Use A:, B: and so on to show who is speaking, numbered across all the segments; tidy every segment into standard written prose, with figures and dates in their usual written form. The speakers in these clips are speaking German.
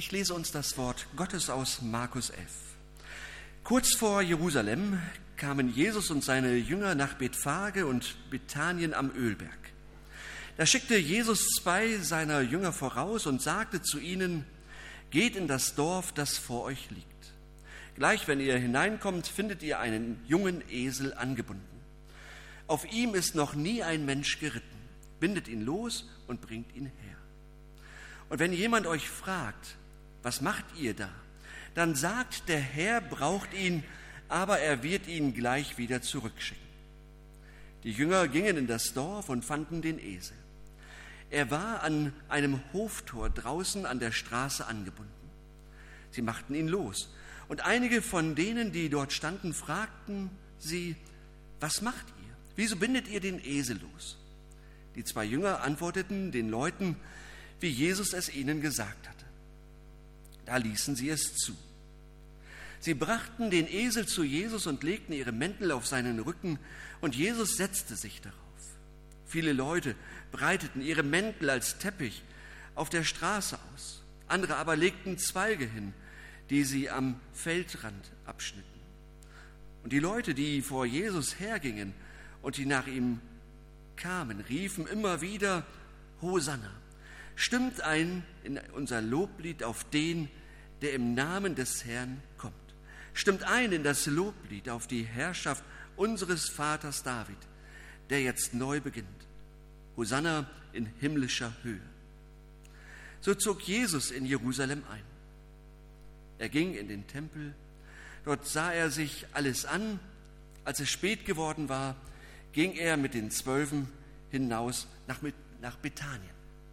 A: Ich lese uns das Wort Gottes aus Markus 11. Kurz vor Jerusalem kamen Jesus und seine Jünger nach Bethphage und Bethanien am Ölberg. Da schickte Jesus 2 seiner Jünger voraus und sagte zu ihnen: Geht in das Dorf, das vor euch liegt. Gleich, wenn ihr hineinkommt, findet ihr einen jungen Esel angebunden. Auf ihm ist noch nie ein Mensch geritten. Bindet ihn los und bringt ihn her. Und wenn jemand euch fragt: Was macht ihr da? Dann sagt, der Herr braucht ihn, aber er wird ihn gleich wieder zurückschicken. Die Jünger gingen in das Dorf und fanden den Esel. Er war an einem Hoftor draußen an der Straße angebunden. Sie machten ihn los. Und einige von denen, die dort standen, fragten sie: Was macht ihr? Wieso bindet ihr den Esel los? Die 2 Jünger antworteten den Leuten, wie Jesus es ihnen gesagt hatte. Da ließen sie es zu. Sie brachten den Esel zu Jesus und legten ihre Mäntel auf seinen Rücken, und Jesus setzte sich darauf. Viele Leute breiteten ihre Mäntel als Teppich auf der Straße aus. Andere aber legten Zweige hin, die sie am Feldrand abschnitten. Und die Leute, die vor Jesus hergingen und die nach ihm kamen, riefen immer wieder: Hosanna! Stimmt ein in unser Loblied auf den, der im Namen des Herrn kommt. Stimmt ein in das Loblied auf die Herrschaft unseres Vaters David, der jetzt neu beginnt. Hosanna in himmlischer Höhe. So zog Jesus in Jerusalem ein. Er ging in den Tempel. Dort sah er sich alles an. Als es spät geworden war, ging er mit den 12 hinaus nach Bethanien.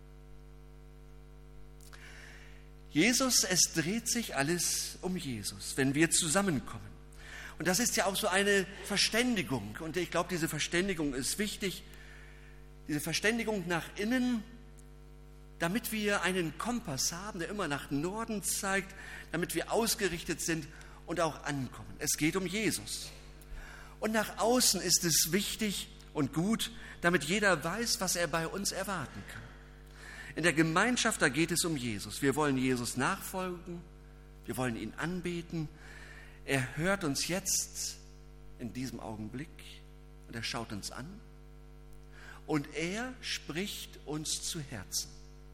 A: Es dreht sich alles um Jesus, wenn wir zusammenkommen. Und das ist ja auch so eine Verständigung. Und ich glaube, diese Verständigung ist wichtig. Diese Verständigung nach innen, damit wir einen Kompass haben, der immer nach Norden zeigt, damit wir ausgerichtet sind und auch ankommen. Es geht um Jesus. Und nach außen ist es wichtig und gut, damit jeder weiß, was er bei uns erwarten kann. In der Gemeinschaft, da geht es um Jesus. Wir wollen Jesus nachfolgen, wir wollen ihn anbeten. Er hört uns jetzt in diesem Augenblick und er schaut uns an. Und er spricht uns zu Herzen.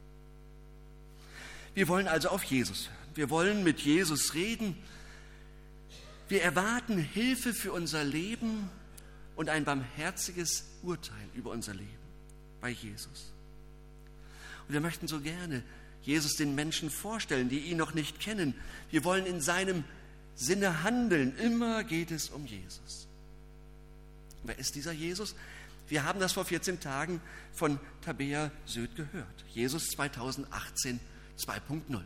A: Wir wollen also auf Jesus hören. Wir wollen mit Jesus reden. Wir erwarten Hilfe für unser Leben und ein barmherziges Urteil über unser Leben bei Jesus. Und wir möchten so gerne Jesus den Menschen vorstellen, die ihn noch nicht kennen. Wir wollen in seinem Sinne handeln. Immer geht es um Jesus. Wer ist dieser Jesus? Wir haben das vor 14 Tagen von Tabea Söd gehört. Jesus 2018 2.0.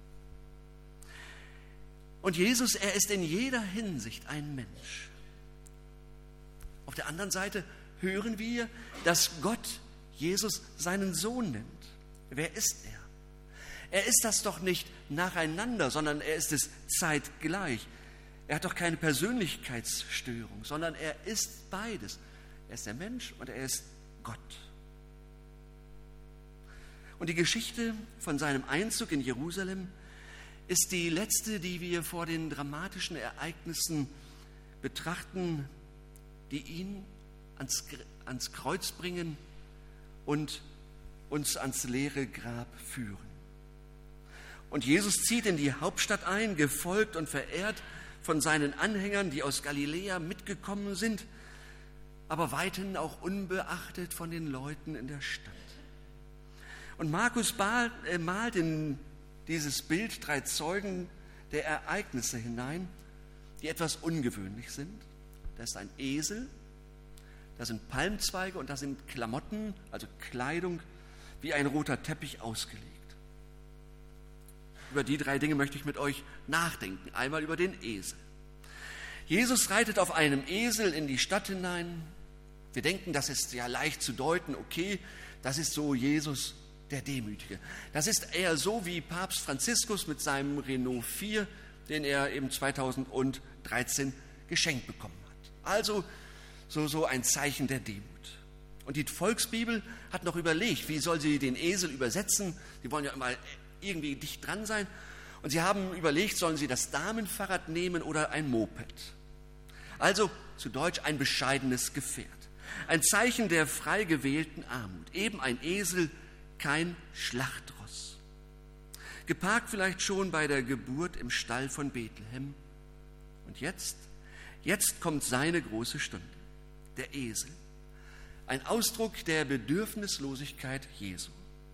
A: Und Jesus, er ist in jeder Hinsicht ein Mensch. Auf der anderen Seite hören wir, dass Gott Jesus seinen Sohn nennt. Wer ist er? Er ist das doch nicht nacheinander, sondern er ist es zeitgleich. Er hat doch keine Persönlichkeitsstörung, sondern er ist beides. Er ist der Mensch und er ist Gott. Und die Geschichte von seinem Einzug in Jerusalem ist die letzte, die wir vor den dramatischen Ereignissen betrachten, die ihn ans Kreuz bringen und uns ans leere Grab führen. Und Jesus zieht in die Hauptstadt ein, gefolgt und verehrt von seinen Anhängern, die aus Galiläa mitgekommen sind, aber weiterhin auch unbeachtet von den Leuten in der Stadt. Und Markus malt in dieses Bild 3 Zeugen der Ereignisse hinein, die etwas ungewöhnlich sind. Da ist ein Esel, da sind Palmzweige und da sind Klamotten, also Kleidung, wie ein roter Teppich ausgelegt. Über die 3 Dinge möchte ich mit euch nachdenken. Einmal über den Esel. Jesus reitet auf einem Esel in die Stadt hinein. Wir denken, das ist ja leicht zu deuten. Okay, das ist so Jesus, der Demütige. Das ist eher so wie Papst Franziskus mit seinem Renault 4, den er eben 2013 geschenkt bekommen hat. Also so ein Zeichen der Demut. Und die Volksbibel hat noch überlegt, wie soll sie den Esel übersetzen. Die wollen ja immer irgendwie dicht dran sein. Und sie haben überlegt, sollen sie das Damenfahrrad nehmen oder ein Moped. Also zu Deutsch ein bescheidenes Gefährt. Ein Zeichen der frei gewählten Armut. Eben ein Esel, kein Schlachtross. Geparkt vielleicht schon bei der Geburt im Stall von Bethlehem. Und jetzt kommt seine große Stunde. Der Esel. Ein Ausdruck der Bedürfnislosigkeit Jesu.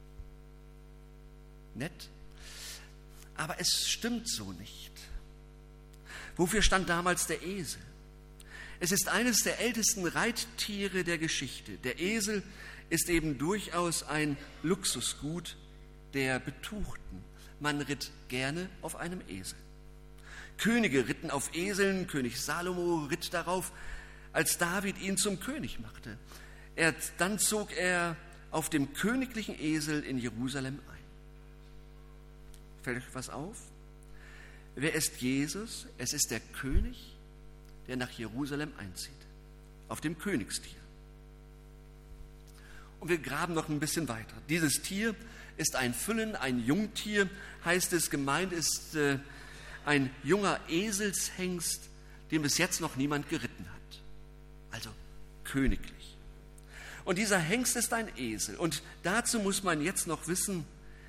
A: Nett, aber es stimmt so nicht. Wofür stand damals der Esel? Es ist eines der ältesten Reittiere der Geschichte. Der Esel ist eben durchaus ein Luxusgut der Betuchten. Man ritt gerne auf einem Esel. Könige ritten auf Eseln, König Salomo ritt darauf, als David ihn zum König machte. Dann zog er auf dem königlichen Esel in Jerusalem ein. Fällt euch was auf? Wer ist Jesus? Es ist der König, der nach Jerusalem einzieht, auf dem Königstier. Und wir graben noch ein bisschen weiter. Dieses Tier ist ein Füllen, ein Jungtier, heißt es, gemeint ist ein junger Eselshengst, den bis jetzt noch niemand geritten hat. Also königlich. Und dieser Hengst ist ein Esel. Und dazu muss man jetzt noch wissen,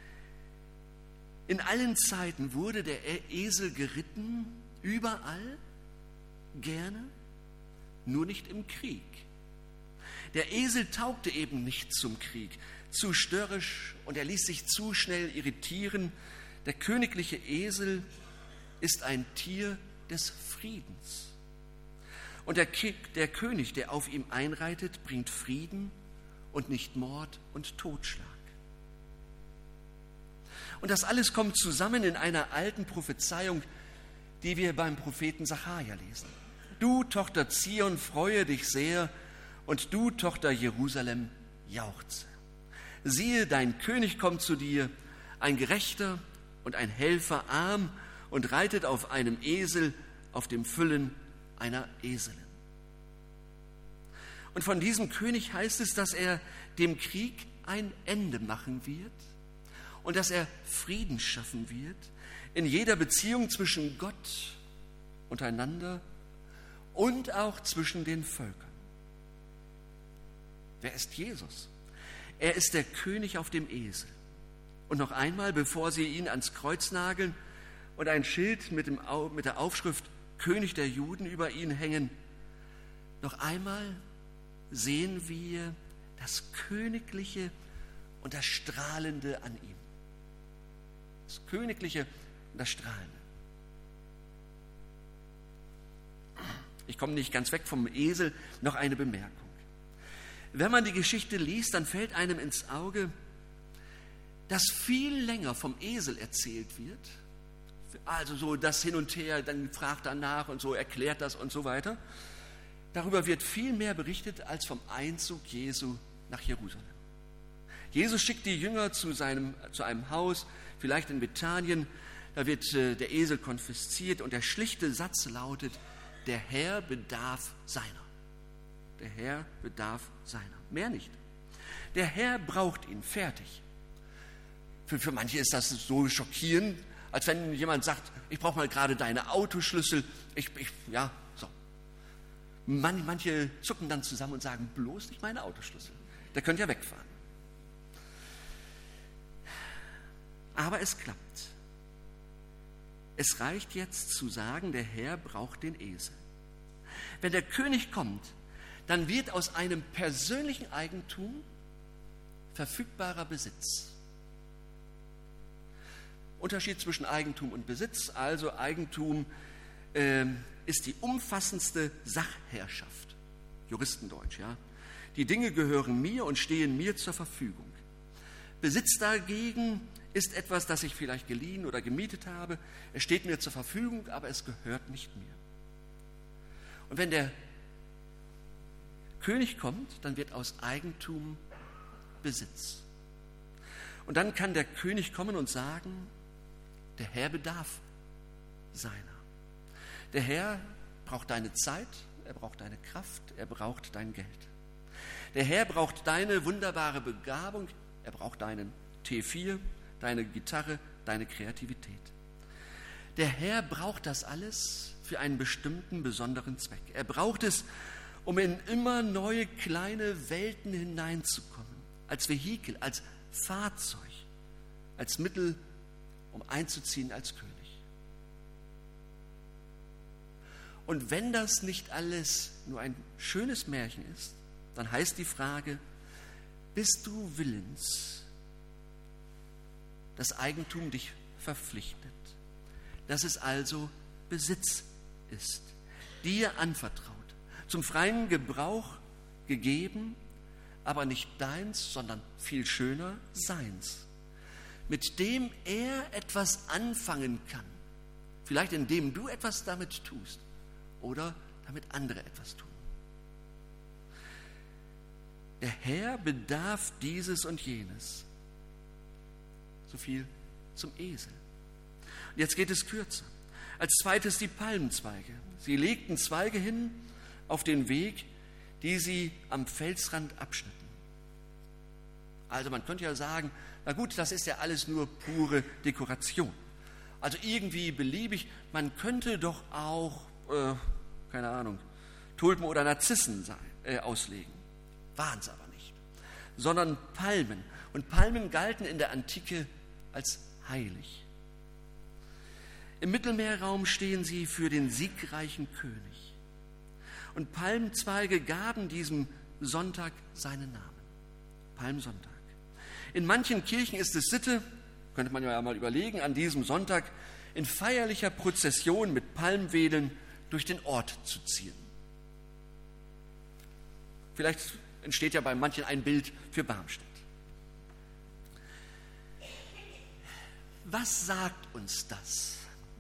A: in allen Zeiten wurde der Esel geritten, überall, gerne, nur nicht im Krieg. Der Esel taugte eben nicht zum Krieg, zu störrisch, und er ließ sich zu schnell irritieren. Der königliche Esel ist ein Tier des Friedens. Und der König, der auf ihm einreitet, bringt Frieden und nicht Mord und Totschlag. Und das alles kommt zusammen in einer alten Prophezeiung, die wir beim Propheten Sacharja lesen. Du, Tochter Zion, freue dich sehr, und du, Tochter Jerusalem, jauchze. Siehe, dein König kommt zu dir, ein Gerechter und ein Helfer, arm, und reitet auf einem Esel, auf dem Füllen einer Eselin. Und von diesem König heißt es, dass er dem Krieg ein Ende machen wird und dass er Frieden schaffen wird in jeder Beziehung zwischen Gott untereinander und auch zwischen den Völkern. Wer ist Jesus? Er ist der König auf dem Esel. Und noch einmal, bevor sie ihn ans Kreuz nageln und ein Schild mit der Aufschrift König der Juden über ihn hängen, noch einmal sehen wir das Königliche und das Strahlende an ihm. Das Königliche und das Strahlende. Ich komme nicht ganz weg vom Esel, noch eine Bemerkung. Wenn man die Geschichte liest, dann fällt einem ins Auge, dass viel länger vom Esel erzählt wird. Also so das Hin und Her, dann fragt er nach und so, erklärt das und so weiter. Darüber wird viel mehr berichtet als vom Einzug Jesu nach Jerusalem. Jesus schickt die Jünger zu einem Haus, vielleicht in Bethanien. Da wird der Esel konfisziert und der schlichte Satz lautet: Der Herr bedarf seiner. Der Herr bedarf seiner. Mehr nicht. Der Herr braucht ihn, fertig. Für manche ist das so schockierend, als wenn jemand sagt, ich brauche mal gerade deine Autoschlüssel. So. Manche zucken dann zusammen und sagen, bloß nicht meine Autoschlüssel. Der könnte ja wegfahren. Aber es klappt. Es reicht jetzt zu sagen, der Herr braucht den Esel. Wenn der König kommt, dann wird aus einem persönlichen Eigentum verfügbarer Besitz. Unterschied zwischen Eigentum und Besitz, also Eigentum ist die umfassendste Sachherrschaft, Juristendeutsch, ja. Die Dinge gehören mir und stehen mir zur Verfügung. Besitz dagegen ist etwas, das ich vielleicht geliehen oder gemietet habe. Es steht mir zur Verfügung, aber es gehört nicht mir. Und wenn der König kommt, dann wird aus Eigentum Besitz. Und dann kann der König kommen und sagen, der Herr bedarf seiner. Der Herr braucht deine Zeit, er braucht deine Kraft, er braucht dein Geld. Der Herr braucht deine wunderbare Begabung, er braucht deinen T4, deine Gitarre, deine Kreativität. Der Herr braucht das alles für einen bestimmten besonderen Zweck. Er braucht es, um in immer neue kleine Welten hineinzukommen, als Vehikel, als Fahrzeug, als Mittel, um einzuziehen als König. Und wenn das nicht alles nur ein schönes Märchen ist, dann heißt die Frage, bist du willens, das Eigentum dich verpflichtet, dass es also Besitz ist, dir anvertraut, zum freien Gebrauch gegeben, aber nicht deins, sondern viel schöner seins, mit dem er etwas anfangen kann, vielleicht indem du etwas damit tust oder damit andere etwas tun. Der Herr bedarf dieses und jenes. So viel zum Esel. Und jetzt geht es kürzer. Als zweites die Palmenzweige. Sie legten Zweige hin auf den Weg, die sie am Felsrand abschnitten. Also man könnte ja sagen, na gut, das ist ja alles nur pure Dekoration. Also irgendwie beliebig, man könnte doch auch, keine Ahnung, Tulpen oder Narzissen auslegen. Waren es aber nicht. Sondern Palmen. Und Palmen galten in der Antike als heilig. Im Mittelmeerraum stehen sie für den siegreichen König. Und Palmzweige gaben diesem Sonntag seinen Namen. Palmsonntag. In manchen Kirchen ist es Sitte, könnte man ja mal überlegen, an diesem Sonntag in feierlicher Prozession mit Palmwedeln durch den Ort zu ziehen. Vielleicht entsteht ja bei manchen ein Bild für Barmstedt. Was sagt uns das?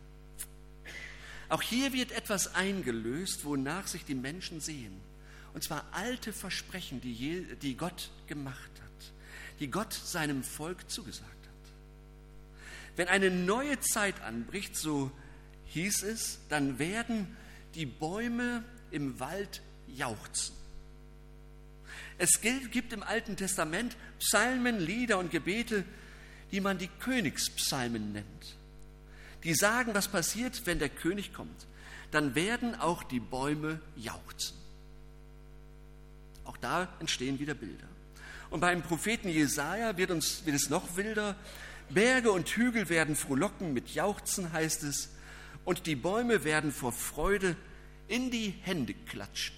A: Auch hier wird etwas eingelöst, wonach sich die Menschen sehen. Und zwar alte Versprechen, die Gott gemacht hat, die Gott seinem Volk zugesagt hat. Wenn eine neue Zeit anbricht, so hieß es, dann werden die Bäume im Wald jauchzen. Es gibt im Alten Testament Psalmen, Lieder und Gebete, die man die Königspsalmen nennt. Die sagen, was passiert, wenn der König kommt. Dann werden auch die Bäume jauchzen. Auch da entstehen wieder Bilder. Und beim Propheten Jesaja wird es noch wilder. Berge und Hügel werden frohlocken mit Jauchzen, heißt es. Und die Bäume werden vor Freude in die Hände klatschen.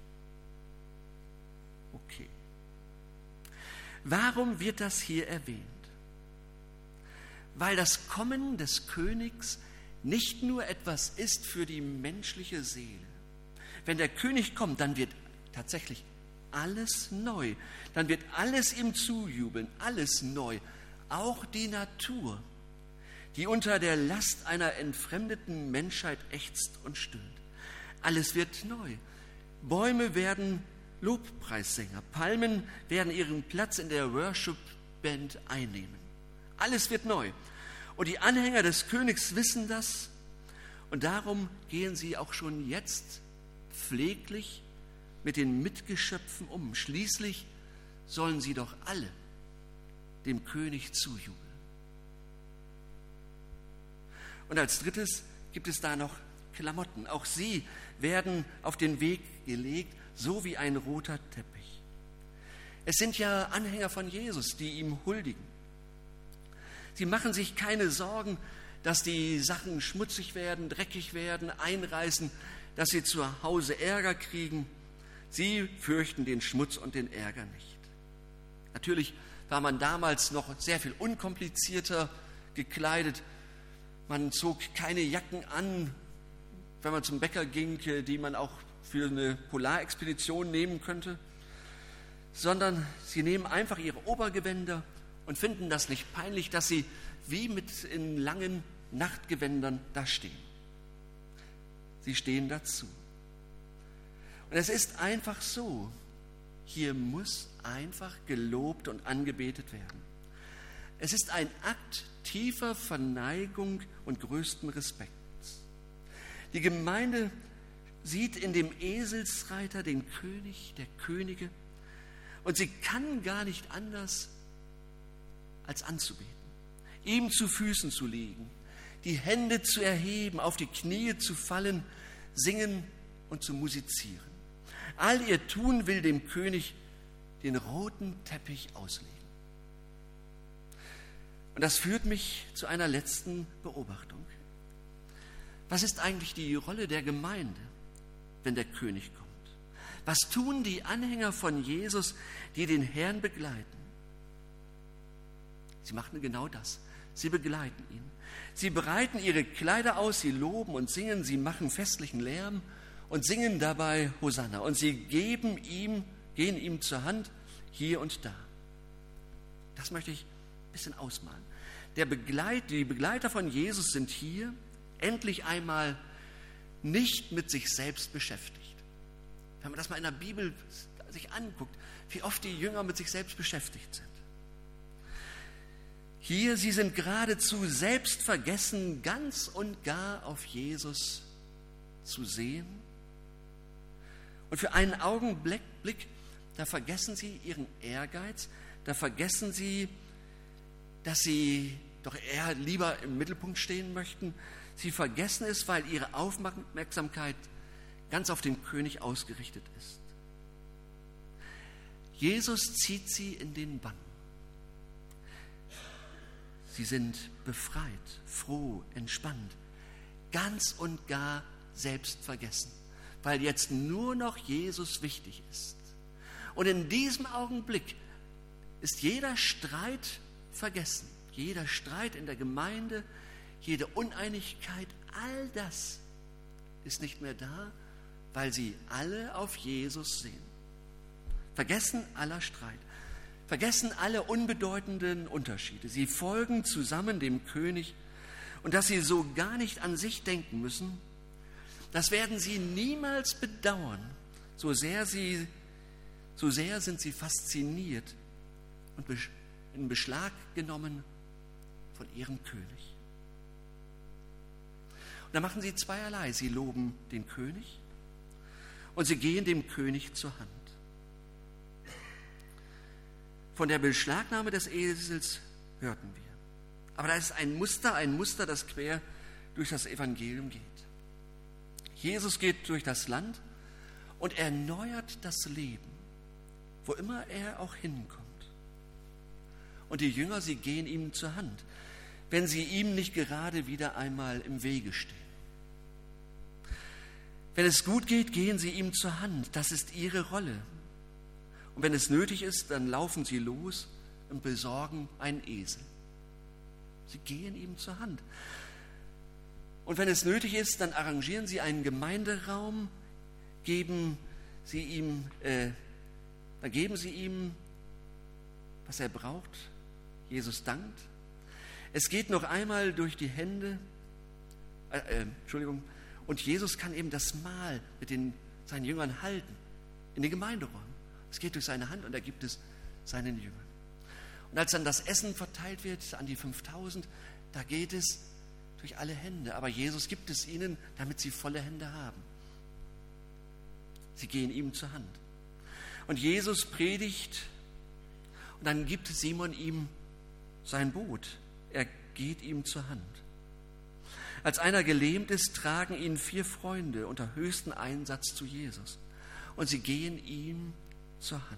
A: Okay. Warum wird das hier erwähnt? Weil das Kommen des Königs nicht nur etwas ist für die menschliche Seele. Wenn der König kommt, dann wird tatsächlich alles neu. Dann wird alles ihm zujubeln, alles neu. Auch die Natur, die unter der Last einer entfremdeten Menschheit ächzt und stöhnt. Alles wird neu. Bäume werden Lobpreissänger, Palmen werden ihren Platz in der Worship-Band einnehmen. Alles wird neu. Und die Anhänger des Königs wissen das. Und darum gehen sie auch schon jetzt pfleglich mit den Mitgeschöpfen um. Schließlich sollen sie doch alle dem König zujubeln. Und als drittes gibt es da noch Klamotten. Auch sie werden auf den Weg gelegt, so wie ein roter Teppich. Es sind ja Anhänger von Jesus, die ihm huldigen. Sie machen sich keine Sorgen, dass die Sachen schmutzig werden, dreckig werden, einreißen, dass sie zu Hause Ärger kriegen. Sie fürchten den Schmutz und den Ärger nicht. Natürlich war man damals noch sehr viel unkomplizierter gekleidet. Man zog keine Jacken an, wenn man zum Bäcker ging, die man auch für eine Polarexpedition nehmen könnte, sondern sie nehmen einfach ihre Obergewänder und finden das nicht peinlich, dass sie wie mit in langen Nachtgewändern da stehen. Sie stehen dazu. Und es ist einfach so, hier muss einfach gelobt und angebetet werden. Es ist ein Akt tiefer Verneigung und größten Respekts. Die Gemeinde sieht in dem Eselsreiter den König der Könige und sie kann gar nicht anders als anzubeten, ihm zu Füßen zu liegen, die Hände zu erheben, auf die Knie zu fallen, singen und zu musizieren. All ihr Tun will dem König den roten Teppich auslegen. Und das führt mich zu einer letzten Beobachtung. Was ist eigentlich die Rolle der Gemeinde, wenn der König kommt? Was tun die Anhänger von Jesus, die den Herrn begleiten? Sie machen genau das. Sie begleiten ihn. Sie breiten ihre Kleider aus, sie loben und singen, sie machen festlichen Lärm und singen dabei Hosanna. Und sie gehen ihm zur Hand hier und da. Das möchte ich ein bisschen ausmalen. Die Begleiter von Jesus sind hier endlich einmal nicht mit sich selbst beschäftigt. Wenn man das mal in der Bibel sich anguckt, wie oft die Jünger mit sich selbst beschäftigt sind. Hier, sie sind geradezu selbstvergessen, ganz und gar auf Jesus zu sehen. Und für einen Augenblick, da vergessen sie ihren Ehrgeiz, da vergessen sie, dass sie doch eher lieber im Mittelpunkt stehen möchten. Sie vergessen es, weil ihre Aufmerksamkeit ganz auf den König ausgerichtet ist. Jesus zieht sie in den Bann. Sie sind befreit, froh, entspannt, ganz und gar selbstvergessen, weil jetzt nur noch Jesus wichtig ist. Und in diesem Augenblick ist jeder Streit vergessen, jeder Streit in der Gemeinde, jede Uneinigkeit, all das ist nicht mehr da, weil sie alle auf Jesus sehen. Vergessen aller Streit, vergessen alle unbedeutenden Unterschiede. Sie folgen zusammen dem König und dass sie so gar nicht an sich denken müssen, das werden sie niemals bedauern. So sehr sind sie fasziniert und in Beschlag genommen von ihrem König. Und da machen sie zweierlei. Sie loben den König und sie gehen dem König zur Hand. Von der Beschlagnahme des Esels hörten wir. Aber da ist ein Muster, das quer durch das Evangelium geht. Jesus geht durch das Land und erneuert das Leben, wo immer er auch hinkommt. Und die Jünger, sie gehen ihm zur Hand, wenn sie ihm nicht gerade wieder einmal im Wege stehen. Wenn es gut geht, gehen sie ihm zur Hand. Das ist ihre Rolle. Und wenn es nötig ist, dann laufen sie los und besorgen einen Esel. Sie gehen ihm zur Hand. Und wenn es nötig ist, dann arrangieren sie einen Gemeinderaum, geben sie ihm, was er braucht. Jesus dankt. Es geht noch einmal durch die Hände, und Jesus kann eben das Mahl mit seinen Jüngern halten, in den Gemeinderäumen. Es geht durch seine Hand und er gibt es seinen Jüngern. Und als dann das Essen verteilt wird an die 5000, da geht es durch alle Hände. Aber Jesus gibt es ihnen, damit sie volle Hände haben. Sie gehen ihm zur Hand. Und Jesus predigt und dann gibt Simon ihm sein Boot. Er geht ihm zur Hand. Als einer gelähmt ist, tragen ihn 4 Freunde unter höchstem Einsatz zu Jesus. Und sie gehen ihm zur Hand.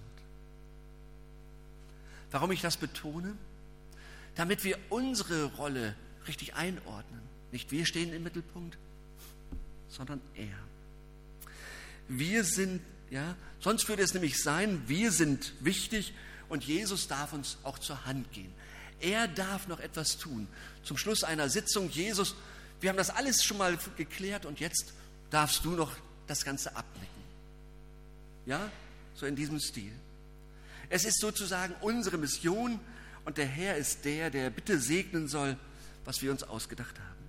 A: Warum ich das betone? Damit wir unsere Rolle richtig einordnen. Nicht wir stehen im Mittelpunkt, sondern er. Wir sind, sonst würde es nämlich sein, wir sind wichtig und Jesus darf uns auch zur Hand gehen. Er darf noch etwas tun. Zum Schluss einer Sitzung, Jesus, wir haben das alles schon mal geklärt und jetzt darfst du noch das Ganze abnicken. Ja, so in diesem Stil. Es ist sozusagen unsere Mission und der Herr ist der bitte segnen soll, was wir uns ausgedacht haben.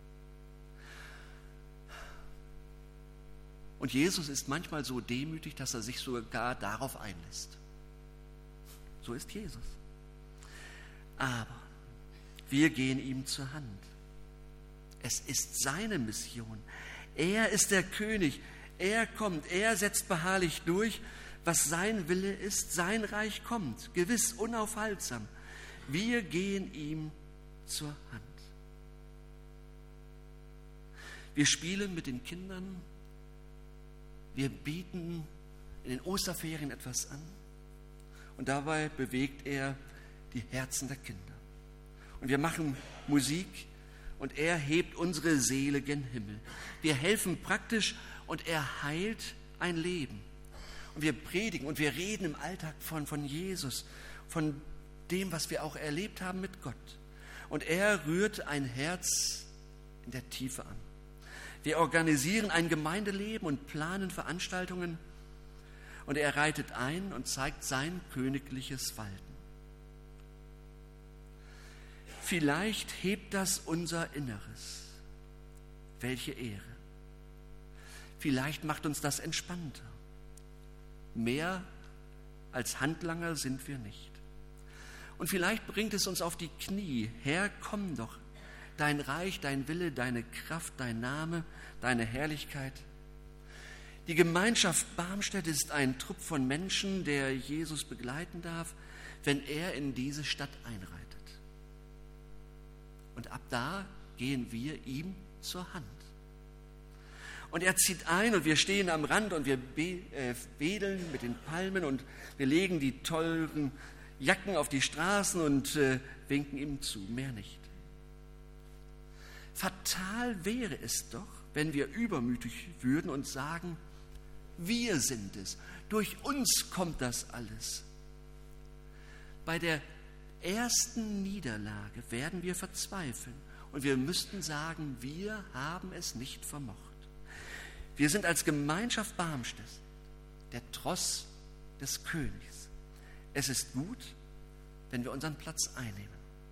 A: Und Jesus ist manchmal so demütig, dass er sich sogar darauf einlässt. So ist Jesus. Aber wir gehen ihm zur Hand. Es ist seine Mission. Er ist der König. Er kommt. Er setzt beharrlich durch, was sein Wille ist. Sein Reich kommt. Gewiss, unaufhaltsam. Wir gehen ihm zur Hand. Wir spielen mit den Kindern. Wir bieten in den Osterferien etwas an. Und dabei bewegt er die Herzen der Kinder. Und wir machen Musik und er hebt unsere Seele gen Himmel. Wir helfen praktisch und er heilt ein Leben. Und wir predigen und wir reden im Alltag von Jesus, von dem, was wir auch erlebt haben mit Gott. Und er rührt ein Herz in der Tiefe an. Wir organisieren ein Gemeindeleben und planen Veranstaltungen. Und er reitet ein und zeigt sein königliches Walten. Vielleicht hebt das unser Inneres. Welche Ehre. Vielleicht macht uns das entspannter. Mehr als Handlanger sind wir nicht. Und vielleicht bringt es uns auf die Knie. Herr, komm doch. Dein Reich, dein Wille, deine Kraft, dein Name, deine Herrlichkeit. Die Gemeinschaft Barmstedt ist ein Trupp von Menschen, der Jesus begleiten darf, wenn er in diese Stadt einreitet. Und ab da gehen wir ihm zur Hand. Und er zieht ein und wir stehen am Rand und wir wedeln mit den Palmen und wir legen die teuren Jacken auf die Straßen und winken ihm zu, mehr nicht. Fatal wäre es doch, wenn wir übermütig würden und sagen, wir sind es, durch uns kommt das alles. Bei der ersten Niederlage werden wir verzweifeln und wir müssten sagen, wir haben es nicht vermocht. Wir sind als Gemeinschaft Barmstedt der Tross des Königs. Es ist gut, wenn wir unseren Platz einnehmen.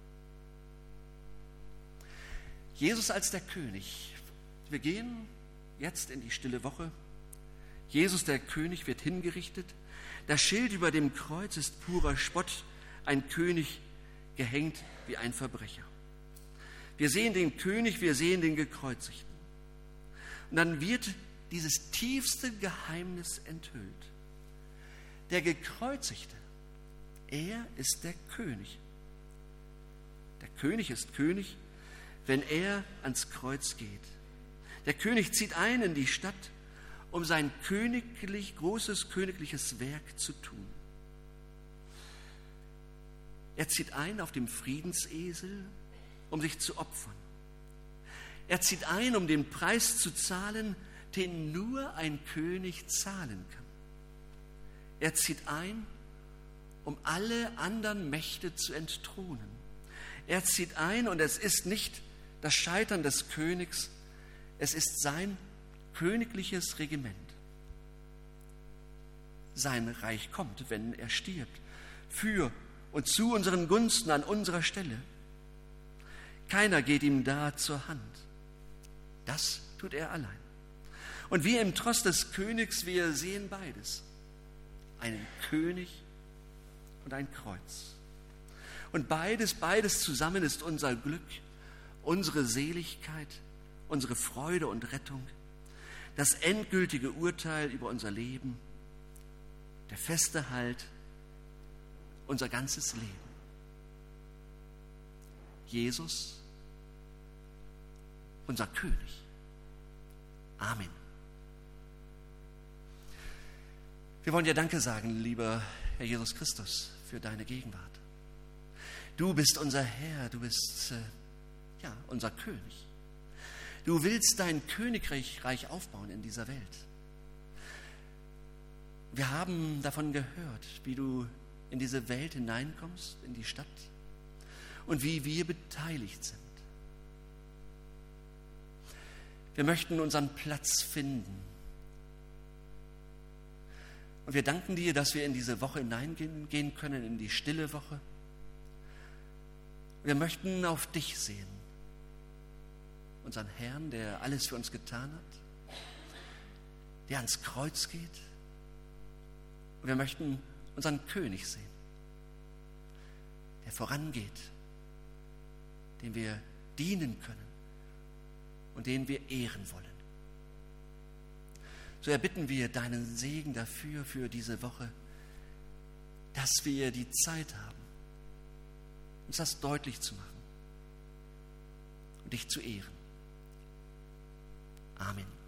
A: Jesus als der König. Wir gehen jetzt in die stille Woche. Jesus, der König, wird hingerichtet. Das Schild über dem Kreuz ist purer Spott. Ein König gehängt wie ein Verbrecher. Wir sehen den König, wir sehen den Gekreuzigten. Und dann wird dieses tiefste Geheimnis enthüllt. Der Gekreuzigte, er ist der König. Der König ist König, wenn er ans Kreuz geht. Der König zieht ein in die Stadt, um sein großes königliches Werk zu tun. Er zieht ein auf dem Friedensesel, um sich zu opfern. Er zieht ein, um den Preis zu zahlen, den nur ein König zahlen kann. Er zieht ein, um alle anderen Mächte zu entthronen. Er zieht ein und es ist nicht das Scheitern des Königs, es ist sein königliches Regiment. Sein Reich kommt, wenn er stirbt, für und zu unseren Gunsten an unserer Stelle. Keiner geht ihm da zur Hand. Das tut er allein. Und wir im Tross des Königs, wir sehen beides. Einen König und ein Kreuz. Und beides zusammen ist unser Glück, unsere Seligkeit, unsere Freude und Rettung, das endgültige Urteil über unser Leben, der feste Halt, unser ganzes Leben. Jesus, unser König. Amen. Wir wollen dir Danke sagen, lieber Herr Jesus Christus, für deine Gegenwart. Du bist unser Herr, du bist unser König. Du willst dein Königreich aufbauen in dieser Welt. Wir haben davon gehört, wie du in diese Welt hineinkommst, in die Stadt und wie wir beteiligt sind. Wir möchten unseren Platz finden. Und wir danken dir, dass wir in diese Woche hineingehen können, in die stille Woche. Wir möchten auf dich sehen, unseren Herrn, der alles für uns getan hat, der ans Kreuz geht. Und wir möchten unseren König sehen, der vorangeht, dem wir dienen können und den wir ehren wollen. So erbitten wir deinen Segen dafür, für diese Woche, dass wir die Zeit haben, uns das deutlich zu machen und dich zu ehren. Amen.